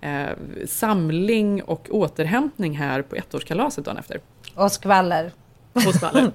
Speaker 6: samling och återhämtning här på ettårskalaset dagen efter.
Speaker 7: Och skvaller.
Speaker 6: Och skvaller.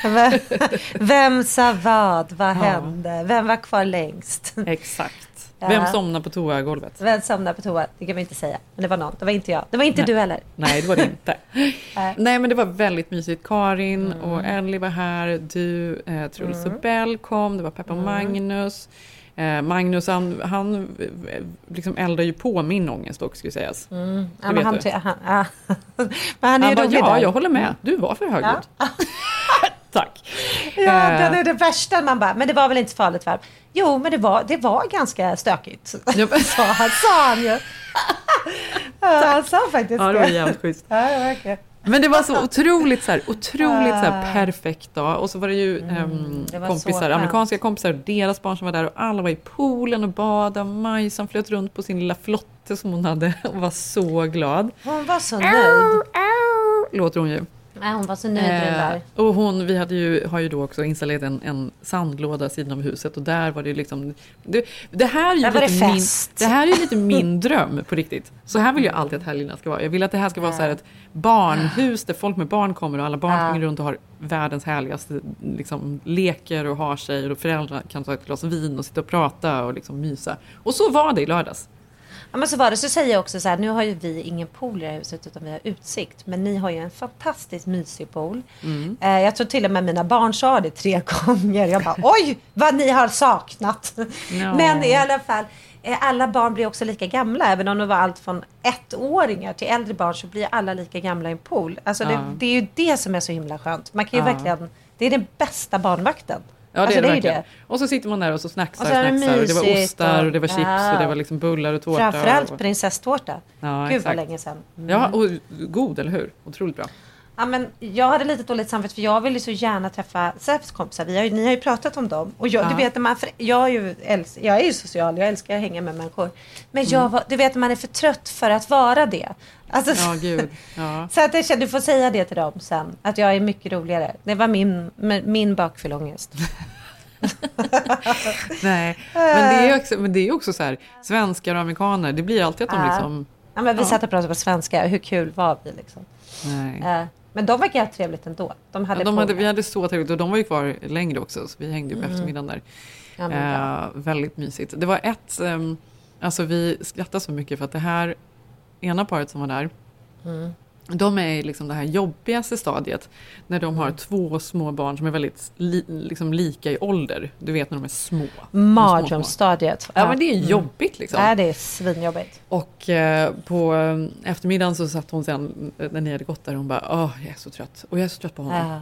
Speaker 7: Vem sa vad hände? Vem var kvar längst?
Speaker 6: Exakt. Vem somnade på toagolvet?
Speaker 7: Vem somnade på toa? Det kan vi inte säga. Men det var någon. Det var inte jag. Det var inte du heller.
Speaker 6: Nej, det var det inte. Nej, men det var väldigt mysigt. Karin och Ellie var här. Du, Truls och Bell kom. Det var Peppa och Magnus. Magnus, han liksom eldar ju på min ångest också, skulle sägas.
Speaker 7: Ja, men han är ju
Speaker 6: bara, jag håller med. Du var för högljudd. Tack.
Speaker 7: Ja, det är det värsta. Man bara, men det var väl inte farligt varmt. Jo, men det var ganska stökigt. sa han ju. Han sa faktiskt det.
Speaker 6: Ja, det var jävligt schysst.
Speaker 7: Ja, verkligen.
Speaker 6: Men det var så otroligt så här perfekt dag. Och så var det ju kompisar, amerikanska kompisar och deras barn som var där. Och alla var i poolen och badade. Maj som flöt runt på sin lilla flotte som hon hade. Och var så glad.
Speaker 7: Hon var så nöjd.
Speaker 6: Låter hon ju.
Speaker 7: Ja, hon var så nöjd med där.
Speaker 6: Och vi har ju då också installerat en sandlåda i sidan av huset. Och där var det liksom... Det här är ju lite min dröm på riktigt. Så här vill jag alltid att helgerna ska vara. Jag vill att det här ska vara så här ett barnhus där folk med barn kommer och alla barn springer runt och har världens härligaste liksom, leker och har sig. Och föräldrar kan ta ett glas vin och sitta och prata och liksom mysa. Och så var det i lördags.
Speaker 7: Ja, men så var det. Så säger jag också så här, nu har ju vi ingen pool i det här huset utan vi har utsikt. Men ni har ju en fantastiskt mysig pool. Jag tror till och med mina barn sa det 3 gånger. Jag bara, oj, vad ni har saknat. No. Men i alla fall, alla barn blir också lika gamla. Även om det var allt från 1-åringar till äldre barn så blir alla lika gamla i en pool. Alltså det är ju det som är så himla skönt. Man kan ju verkligen, det är den bästa barnvakten.
Speaker 6: Ja, det är det verkligen. Och så sitter man där och så snacksar och det var ostar och det var chips och det var liksom bullar och tårta.
Speaker 7: Framförallt prinsesstårta.
Speaker 6: Ja,
Speaker 7: gud
Speaker 6: exakt.
Speaker 7: vad länge sedan.
Speaker 6: Ja, och god, eller hur? Otroligt bra.
Speaker 7: Ja, men jag hade lite dåligt samvete för jag ville så gärna träffa Säfs kompisar. Ni har ju pratat om dem. Och du vet, jag är ju social, jag älskar att hänga med människor. Men du vet, man är för trött för att vara det. Alltså,
Speaker 6: ja, gud. Ja.
Speaker 7: Så att du får säga det till dem sen. Att jag är mycket roligare. Det var min bakfyllångest.
Speaker 6: Nej, men det är också så här, svenskar och amerikaner, det blir alltid att de liksom...
Speaker 7: Ja, men vi satt och pratade på svenska. Hur kul var vi liksom?
Speaker 6: Nej.
Speaker 7: Men de var helt trevligt ändå.
Speaker 6: Vi hade så trevligt och de var ju kvar längre också. Så vi hängde ju på eftermiddagen där. Väldigt mysigt. Det var Alltså vi skrattar så mycket för att det här ena paret som var där, de är i liksom det här jobbigaste stadiet när de har 2 små barn som är väldigt liksom lika i ålder. Du vet när de är små.
Speaker 7: Mardrömsstadiet.
Speaker 6: Ja, men det är jobbigt liksom.
Speaker 7: Ja, det är svinjobbigt.
Speaker 6: Och på eftermiddagen så satt hon sen när ni hade gått där och hon bara, jag är så trött. Och jag är så trött på honom.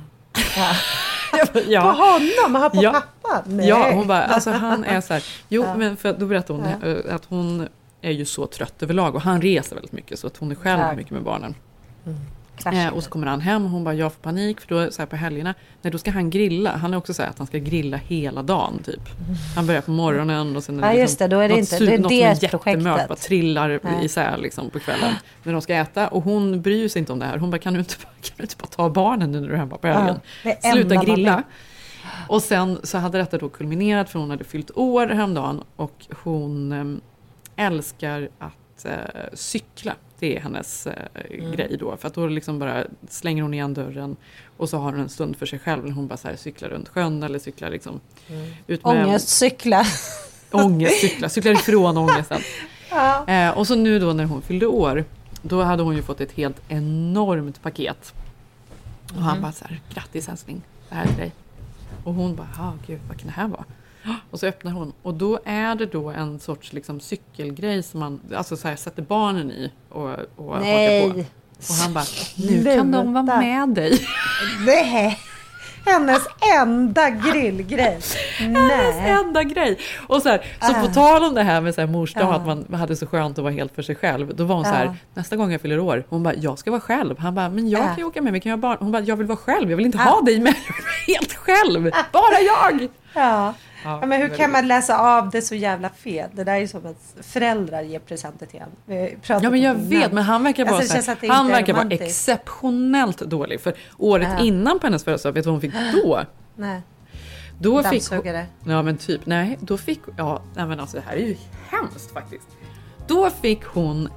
Speaker 7: Ja. På honom? På pappa? Nej.
Speaker 6: Ja, hon bara, alltså han är så här. Jo, men för då berättade hon att hon är ju så trött överlag och han reser väldigt mycket så att hon är själv mycket med barnen. Och så kommer han hem och hon bara, jag får panik för då så här på helgerna, då ska han grilla. Han är också så här att han ska grilla hela dagen typ. Han börjar på morgonen och sen
Speaker 7: just det, då är det inte det
Speaker 6: jättemörkt bara trillar isär liksom på kvällen när de ska äta och hon bryr sig inte om det här. Hon bara, kan du inte bara ta barnen nu när du är hemma på helgen? Sluta grilla. Och sen så hade detta då kulminerat för hon hade fyllt år häromdagen och hon älskar att cykla. Det är hennes grej då. För att då liksom bara slänger hon igen dörren och så har hon en stund för sig själv när hon bara så här cyklar runt sjön eller cyklar liksom ut med...
Speaker 7: Ångestcykla.
Speaker 6: Cyklar ifrån ångesten. Och så nu då när hon fyllde år, då hade hon ju fått ett helt enormt paket. Och han bara så här, grattis älskling, det här är dig. Och hon bara, gud vad kan det här vara? Och så öppnar hon och då är det då en sorts liksom cykelgrej som man alltså så här, sätter barnen i och hakar på. Och han bara, nu kan de vara med dig.
Speaker 7: Nej. Hennes enda grillgrej.
Speaker 6: Hennes enda grej. Och så här, så på tal om det här med så här morsdag att man hade så skönt att vara helt för sig själv. Då var hon så här, nästa gång jag fyller år, hon bara, jag ska vara själv. Han bara, men jag kan ju åka med, vi kan göra barn. Hon bara, jag vill vara själv, jag vill inte ha dig med. Jag vill vara helt själv, bara jag. Ja,
Speaker 7: men hur kan man läsa av det så jävla fel? Det där är ju som att föräldrar ger presenter till en.
Speaker 6: Ja, men jag vet, men han verkar vara han verkar vara exceptionellt dålig. För året innan på hennes födelsedag, vet du vad hon fick då?
Speaker 7: Nej.
Speaker 6: Då fick hon, ja men typ, nej, då fick, nej men alltså det här är ju hemskt faktiskt. Då fick hon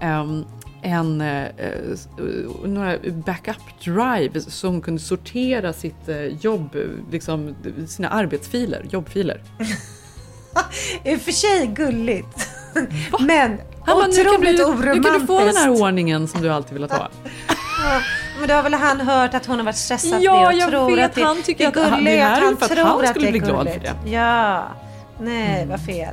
Speaker 6: några backup drives som kunde sortera sitt jobb, liksom sina arbetsfiler, jobbfiler.
Speaker 7: I och för sig gulligt. Men otroligt oromantiskt.
Speaker 6: Nu kan du få den här ordningen som du alltid velat ha.
Speaker 7: Men då har väl han hört att hon har varit stressad.
Speaker 6: Ja, jag vet. Han tycker att det här är för att han skulle bli glad för det.
Speaker 7: Ja, nej, vad fel.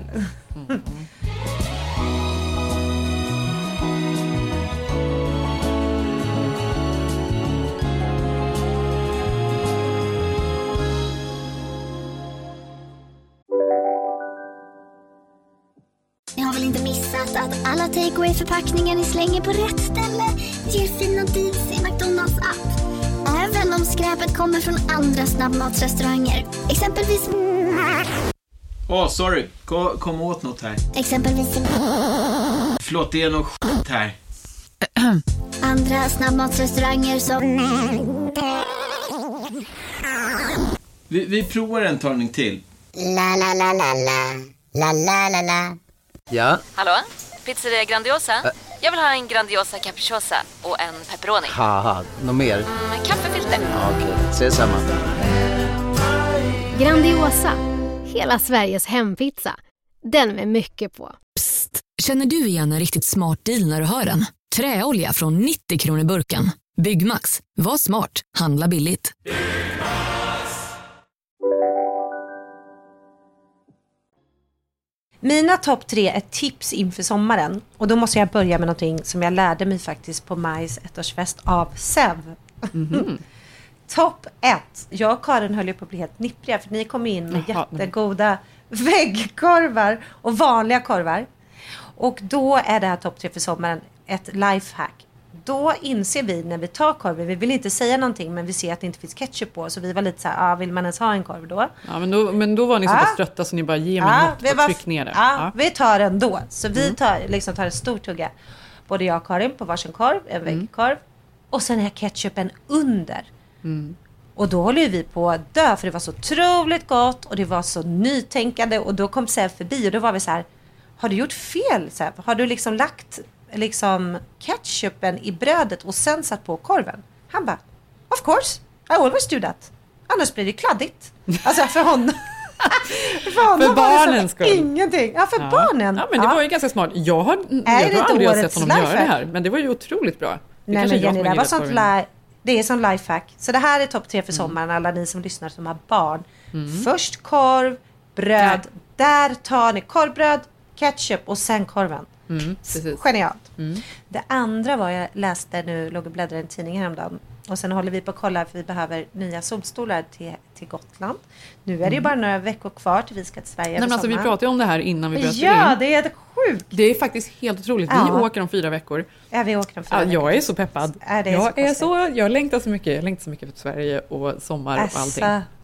Speaker 15: Ni har väl inte missat att alla takeaway-förpackningar ni slänger på rätt ställe ger fina deals i McDonalds app. Även om skräpet kommer från andra snabbmatsrestauranger. Exempelvis...
Speaker 16: sorry. Kom åt något här.
Speaker 15: Exempelvis...
Speaker 16: Förlåt, det är något skit här.
Speaker 15: Andra snabbmatsrestauranger som...
Speaker 16: Vi provar en talning till.
Speaker 15: La la la la la. La la la la.
Speaker 17: Ja?
Speaker 4: Hallå? Pizzeria Grandiosa? Jag vill ha en Grandiosa capriciosa och en pepperoni.
Speaker 17: Haha, något mer?
Speaker 4: Kaffefilter.
Speaker 17: Ja, okej, ses samma.
Speaker 18: Grandiosa, hela Sveriges hempizza. Den med mycket på.
Speaker 19: Psst, känner du igen en riktigt smart deal när du hör den? Träolja från 90 kronor burken. Byggmax, var smart, handla billigt.
Speaker 7: Mina topp 3 är tips inför sommaren. Och då måste jag börja med någonting som jag lärde mig faktiskt på Majs ettårsfest av Sev. Topp 1. Jag och Karin höll ju på att bli helt nippriga för ni kom in med jättegoda väggkorvar och vanliga korvar. Och då är det här topp 3 för sommaren ett lifehack. Då inser vi när vi tar korven, vi vill inte säga någonting men vi ser att det inte finns ketchup på. Så vi var lite så här, vill man ens ha en korv då?
Speaker 6: Ja, men då var ni så pass trötta så ni bara ger mig något och tryck ner det.
Speaker 7: Ja, vi tar den då. Så vi tar en stor tugga. Både jag och Karin på varsin korv, en väggkorv. Och sen är ketchupen under. Och då håller vi på att dö för det var så otroligt gott och det var så nytänkande. Och då kom Sev förbi och då var vi så här, har du gjort fel Sev? Har du liksom lagt ketchupen i brödet och sen satt på korven? Han bara, of course, I always do that. Annars blir det kladdigt. Alltså för honom.
Speaker 6: För barnen skull.
Speaker 7: Ingenting. Ja, för barnen.
Speaker 6: Ja, men det var ju ganska smart. Jag har aldrig sett honom göra det här. Men det var ju otroligt bra.
Speaker 7: Nej, men Jenny, det var sånt det är som lifehack. Så det här är topp 3 för sommaren, alla ni som lyssnar som har barn. Först korv, bröd. Där tar ni korvbröd, ketchup och sen korven. Genialt. Det andra var, jag läste nu, låg och bläddrade i en tidning häromdagen. Och sen håller vi på att kolla för vi behöver nya solstolar till Gotland. Nu är det ju bara några veckor kvar till vi ska till Sverige.
Speaker 6: Nej, men alltså, vi pratade ju om det här innan vi började in.
Speaker 7: Ja, det är helt sjukt.
Speaker 6: Det är faktiskt helt otroligt. Vi åker om 4 veckor.
Speaker 7: Ja, vi åker om 4 veckor.
Speaker 6: Jag är så peppad. Jag längtar så mycket. Jag längtar så mycket för Sverige och sommar och allting.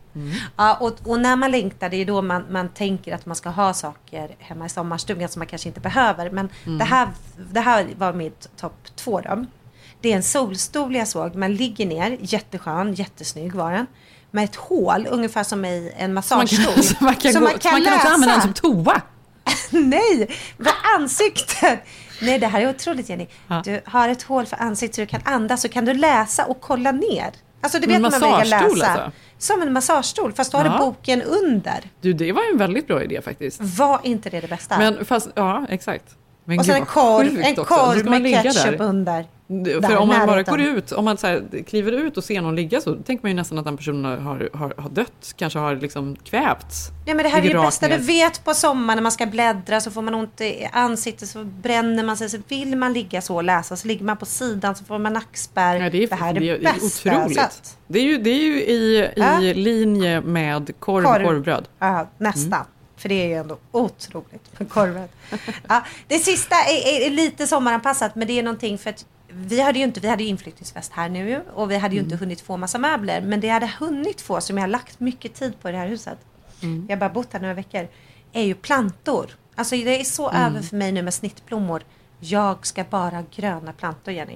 Speaker 7: Ja, och när man längtar, det är då man tänker att man ska ha saker hemma i sommarstugan som man kanske inte behöver. Men det här var mitt topp 2 då. Det är en solstol jag såg. Man ligger ner, jätteskön, jättesnygg var den. Med ett hål, ungefär som i en massagestol.
Speaker 6: Så man kan också använda den som toa.
Speaker 7: Nej, för ansiktet. Nej, det här är otroligt, Jenny. Du har ett hål för ansiktet så du kan andas. Så kan du läsa och kolla ner. Alltså du vet man vill läsa. Alltså. Som en massagestol, fast då har du boken under.
Speaker 6: Du, det var en väldigt bra idé faktiskt.
Speaker 7: Var inte det bästa?
Speaker 6: Men fast, ja, exakt. Men
Speaker 7: och sen en korv med ketchup under.
Speaker 6: För om man bara går ut, om man så här, kliver ut och ser någon ligga så tänker man ju nästan att den personen har dött, kanske har liksom kvävts.
Speaker 7: Ja, men det här är ju det bästa du vet på sommaren när man ska bläddra så får man ont i ansiktet så bränner man sig. Så vill man ligga så och läsa så ligger man på sidan så får man nackspärr.
Speaker 6: Ja, det här är
Speaker 7: det bästa.
Speaker 6: Otroligt. Det är ju i linje med korvbröd.
Speaker 7: Ja, nästan. För det är ju ändå otroligt med korven. Det sista är lite sommaranpassat, men det är någonting för att vi hade ju inflyttningsfest här nu och vi hade ju inte hunnit få massa möbler, men det jag hade hunnit få som jag har lagt mycket tid på i det här huset. Jag har bara bott här några veckor. Är ju plantor. Alltså det är så över för mig nu med snittblommor. Jag ska bara ha gröna plantor, Jenny.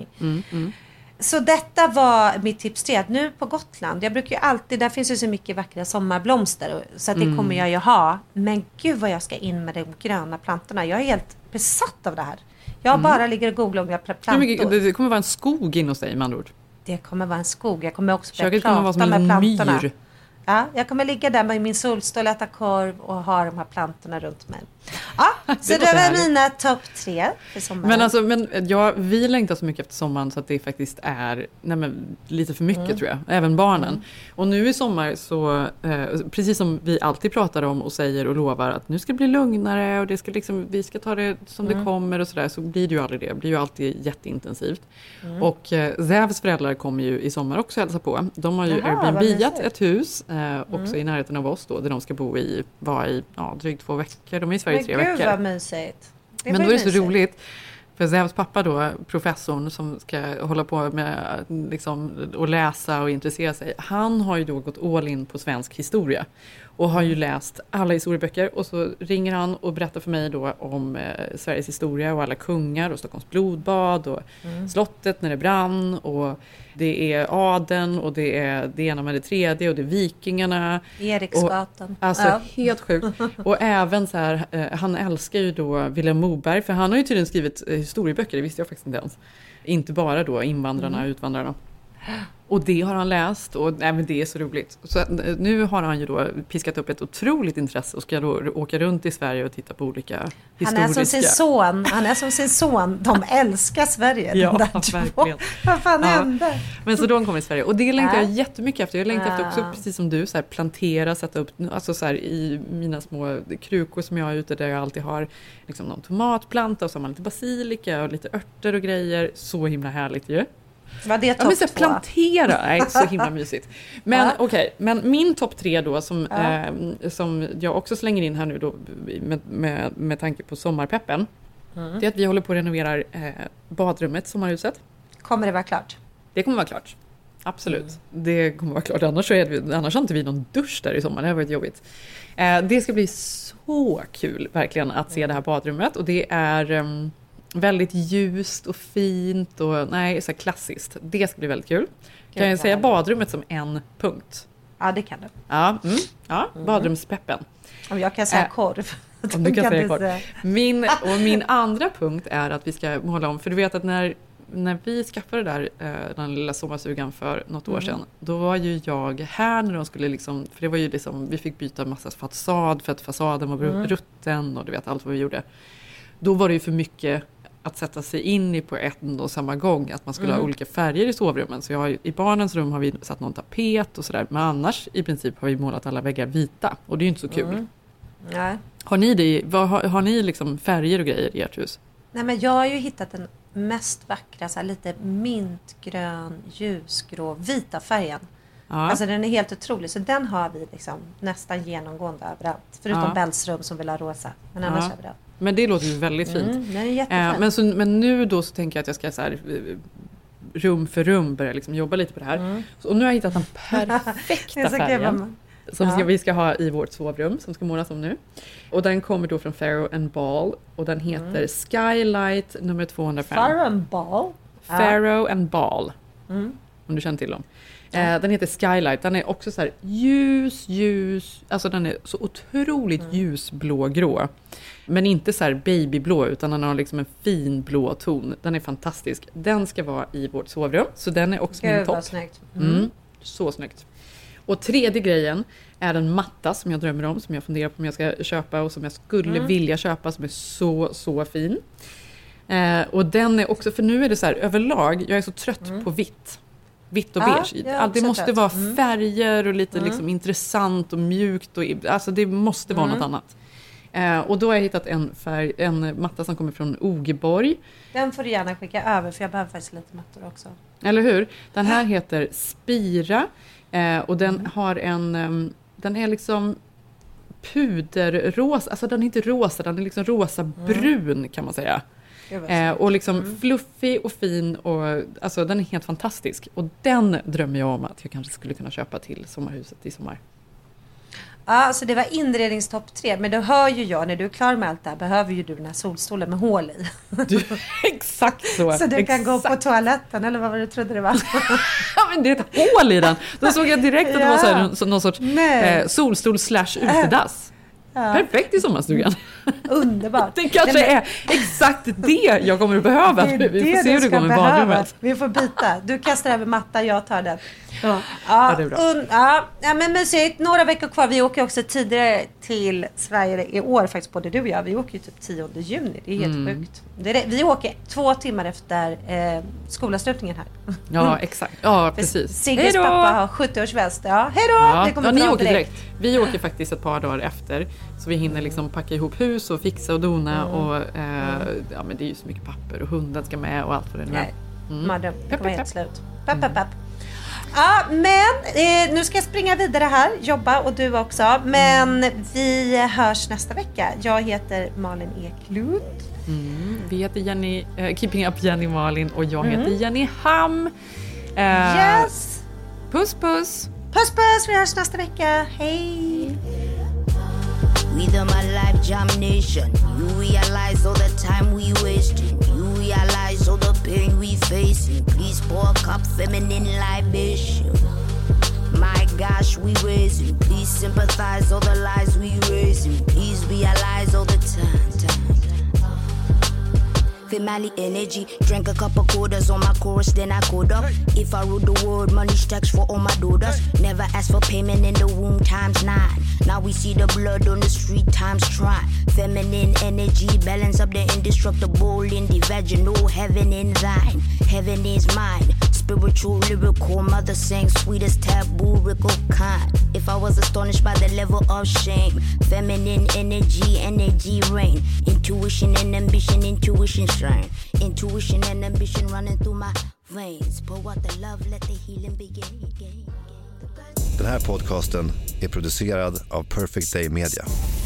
Speaker 7: Så detta var mitt tips till att nu på Gotland, jag brukar ju alltid, där finns ju så mycket vackra sommarblomster så att det kommer jag ju ha. Men gud vad jag ska in med de gröna plantorna. Jag är helt besatt av det här. Jag bara ligger och googlar om jag plantor.
Speaker 6: Det kommer vara en skog in hos dig med andra ord.
Speaker 7: Det kommer vara en skog. Jag kommer också
Speaker 6: börja prata med plantorna. Myr.
Speaker 7: Ja, jag kommer ligga där med min solstol, äta korv och ha de här plantorna runt mig. Ja, så det var mina topp 3 för sommaren.
Speaker 6: Vi längtar så mycket efter sommaren så att det faktiskt är lite för mycket tror jag. Även barnen. Och nu i sommar så, precis som vi alltid pratar om och säger och lovar att nu ska det bli lugnare och det ska liksom, vi ska ta det som det kommer och sådär, så blir det ju aldrig det. Det blir ju alltid jätteintensivt. Och Zävs föräldrar kommer ju i sommar också hälsa på. De har ju Airbnb-at ett hus också i närheten av oss då, där de ska bo i drygt 2 veckor. De är i Sverige 3 veckor.
Speaker 7: Gud vad mysigt.
Speaker 6: Men då är det så roligt. För Zävs pappa då, professorn som ska hålla på med liksom, och läsa och intressera sig. Han har ju då gått all in på svensk historia. Och har ju läst alla historieböcker. Och så ringer han och berättar för mig då om Sveriges historia och alla kungar och Stockholms blodbad och slottet när det brann. Och det är adeln och det är det ena med det tredje och det är vikingarna.
Speaker 7: Eriksgatan.
Speaker 6: Alltså helt sjukt. Och även så här, han älskar ju då Vilhelm Moberg. För han har ju tydligen skrivit historieböcker, det visste jag faktiskt inte ens. Inte bara då invandrarna, utvandrarna. Och det har han läst och men det är så roligt. Så nu har han ju då piskat upp ett otroligt intresse och ska då åka runt i Sverige och titta på olika historiska...
Speaker 7: Han är som sin son. De älskar Sverige.
Speaker 6: Ja, verkligen.
Speaker 7: Vad fan hände?
Speaker 6: Men så de kommer i Sverige. Och det längtar jag jättemycket efter. Jag längtar efter också, precis som du, så här, plantera, sätta upp, alltså så här, i mina små krukor som jag har ute där jag alltid har liksom någon tomatplanta och så har man lite basilika och lite örter och grejer. Så himla härligt ju.
Speaker 7: Vad det topp 2?
Speaker 6: Plantera. Nej, så himla mysigt. Men okej, men min topp 3 då som jag också slänger in här nu då med tanke på sommarpeppen. Det är att vi håller på att renovera badrummet, sommarhuset.
Speaker 7: Kommer det vara klart?
Speaker 6: Det kommer vara klart. Absolut. Det kommer vara klart. Annars har inte vi någon dusch där i sommar. Det har varit jobbigt. Det ska bli så kul verkligen att se det här badrummet. Och det är väldigt ljust och fint och så här klassiskt. Det ska bli väldigt kul. Kan jag säga badrummet som en punkt?
Speaker 7: Ja, det kan du.
Speaker 6: Ja, badrumspeppen.
Speaker 7: Om jag kan säga korv.
Speaker 6: Om du kan säga korv. Min andra punkt är att vi ska måla om. För du vet att när när vi skaffade där, den lilla sommarstugan för något år sedan, då var ju jag här när de skulle liksom, för det var ju liksom, vi fick byta massa fasad för att fasaden var rutten och du vet allt vad vi gjorde. Då var det ju för mycket att sätta sig in i på ett och samma gång, att man skulle ha olika färger i sovrummen. Så i barnens rum har vi satt någon tapet och sådär, men annars i princip har vi målat alla väggar vita och det är ju inte så kul.
Speaker 7: Nej.
Speaker 6: Har ni det? Har ni liksom färger och grejer i ert hus?
Speaker 7: Nej, men jag har ju hittat den mest vackra, så här, lite mintgrön, ljusgrå, vita färgen. Ja. Alltså den är helt otrolig. Så den har vi liksom nästan genomgående överallt. Förutom Bells rum som vill ha rosa. Men annars överallt.
Speaker 6: Men det låter ju väldigt fint.
Speaker 7: Det är jättefint.
Speaker 6: Men nu då så tänker jag att jag ska så här, rum för rum börja liksom jobba lite på det här. Så, och nu har jag hittat den perfekta färgen. Som vi ska ha i vårt sovrum som ska målas om nu. Och den kommer då från Farrow & Ball. Och den heter Skylight nummer 205. Farrow & Ball. Om du känner till dem. Den heter Skylight. Den är också så här ljus. Alltså den är så otroligt ljusblågrå. Men inte så här babyblå, utan den har liksom en fin blå ton. Den är fantastisk. Den ska vara i vårt sovrum. Så den är också min topp.
Speaker 7: Snyggt.
Speaker 6: Så snyggt. Och tredje grejen är en matta som jag drömmer om. Som jag funderar på om jag ska köpa. Och som jag skulle vilja köpa. Som är så fin. Och den är också, för nu är det så här överlag. Jag är så trött på vitt. Vitt och beige. Det måste vara färger och lite liksom intressant och mjukt. Alltså det måste vara något annat. Och då har jag hittat en matta som kommer från Ogeborg.
Speaker 7: Den får du gärna skicka över, för jag behöver faktiskt lite mattor också.
Speaker 6: Eller hur? Den här heter Spira. Och den har den är liksom puderrosa. Alltså den är inte rosa, den är liksom rosa-brun kan man säga. Och liksom fluffig och fin. Och, alltså den är helt fantastisk. Och den drömmer jag om att jag kanske skulle kunna köpa till sommarhuset i sommar.
Speaker 7: Ja, alltså det var inredningstopp 3. Men då hör ju jag, när du är klar med allt det här, behöver ju du den här solstolen med hål i.
Speaker 6: Exakt så.
Speaker 7: Så du kan gå på toaletten, eller vad var det du trodde det var?
Speaker 6: Ja, men det är ett hål i den. Då såg jag direkt att det var så här, någon sorts solstol/utedass. Perfekt i sommarstugan.
Speaker 7: Underbart.
Speaker 6: Det kanske är exakt det jag kommer att behöva. Vi får se hur det går med badrummet.
Speaker 7: Vi får byta. Du kastar över matta, jag tar den.
Speaker 6: Ja, det är bra.
Speaker 7: Ja, men mysigt. Några veckor kvar. Vi åker också tidigare till Sverige i år. Faktiskt både du och jag. Vi åker ju typ 10 juni. Det är helt sjukt. Vi åker 2 timmar efter skolavslutningen här.
Speaker 6: Ja, exakt. Ja, precis.
Speaker 7: Sigges pappa har 70-årsfest. Ja, hej då!
Speaker 6: Ja,
Speaker 7: det kommer
Speaker 6: ni åker direkt. Vi åker faktiskt ett par dagar efter. Så vi hinner liksom packa ihop hus och fixa och dona. Och, ja, men det är ju så mycket papper. Och hunden ska med och allt för det.
Speaker 7: Madam, det kommer helt slut. Pepp. Ja, men nu ska jag springa vidare här, jobba och du också. Men vi hörs nästa vecka. Jag heter Malin Eklund.
Speaker 6: Vi heter Jenny, Keeping Up Jenny Malin och jag heter Jenny Ham.
Speaker 7: Yes!
Speaker 6: Puss!
Speaker 7: Puss, vi hörs nästa vecka. Hej!
Speaker 20: We the my life jam nation. You realize all the time we wasting. You realize all the pain we facing. Please pour a cup feminine libation. My gosh, we raising. Please sympathize all the lies we raising. Please realize all the time. Family energy, drank a couple quarters on my chorus, then I code up. If I rule the world, money stacks for all my daughters. Never ask for payment in the womb ×9. Now we see the blood on the street ×3. Feminine energy, balance up the indestructible in the vaginal. Heaven in thine, heaven is mine. Spiritual, lyrical, mother sang sweetest taboo, rickle kind. If I was astonished by the level of shame, feminine energy reign. Intuition and ambition, intuition shine. Intuition and ambition running through my veins. Pour out the love, let the healing begin.
Speaker 21: Den här podcasten är producerad av Perfect Day Media.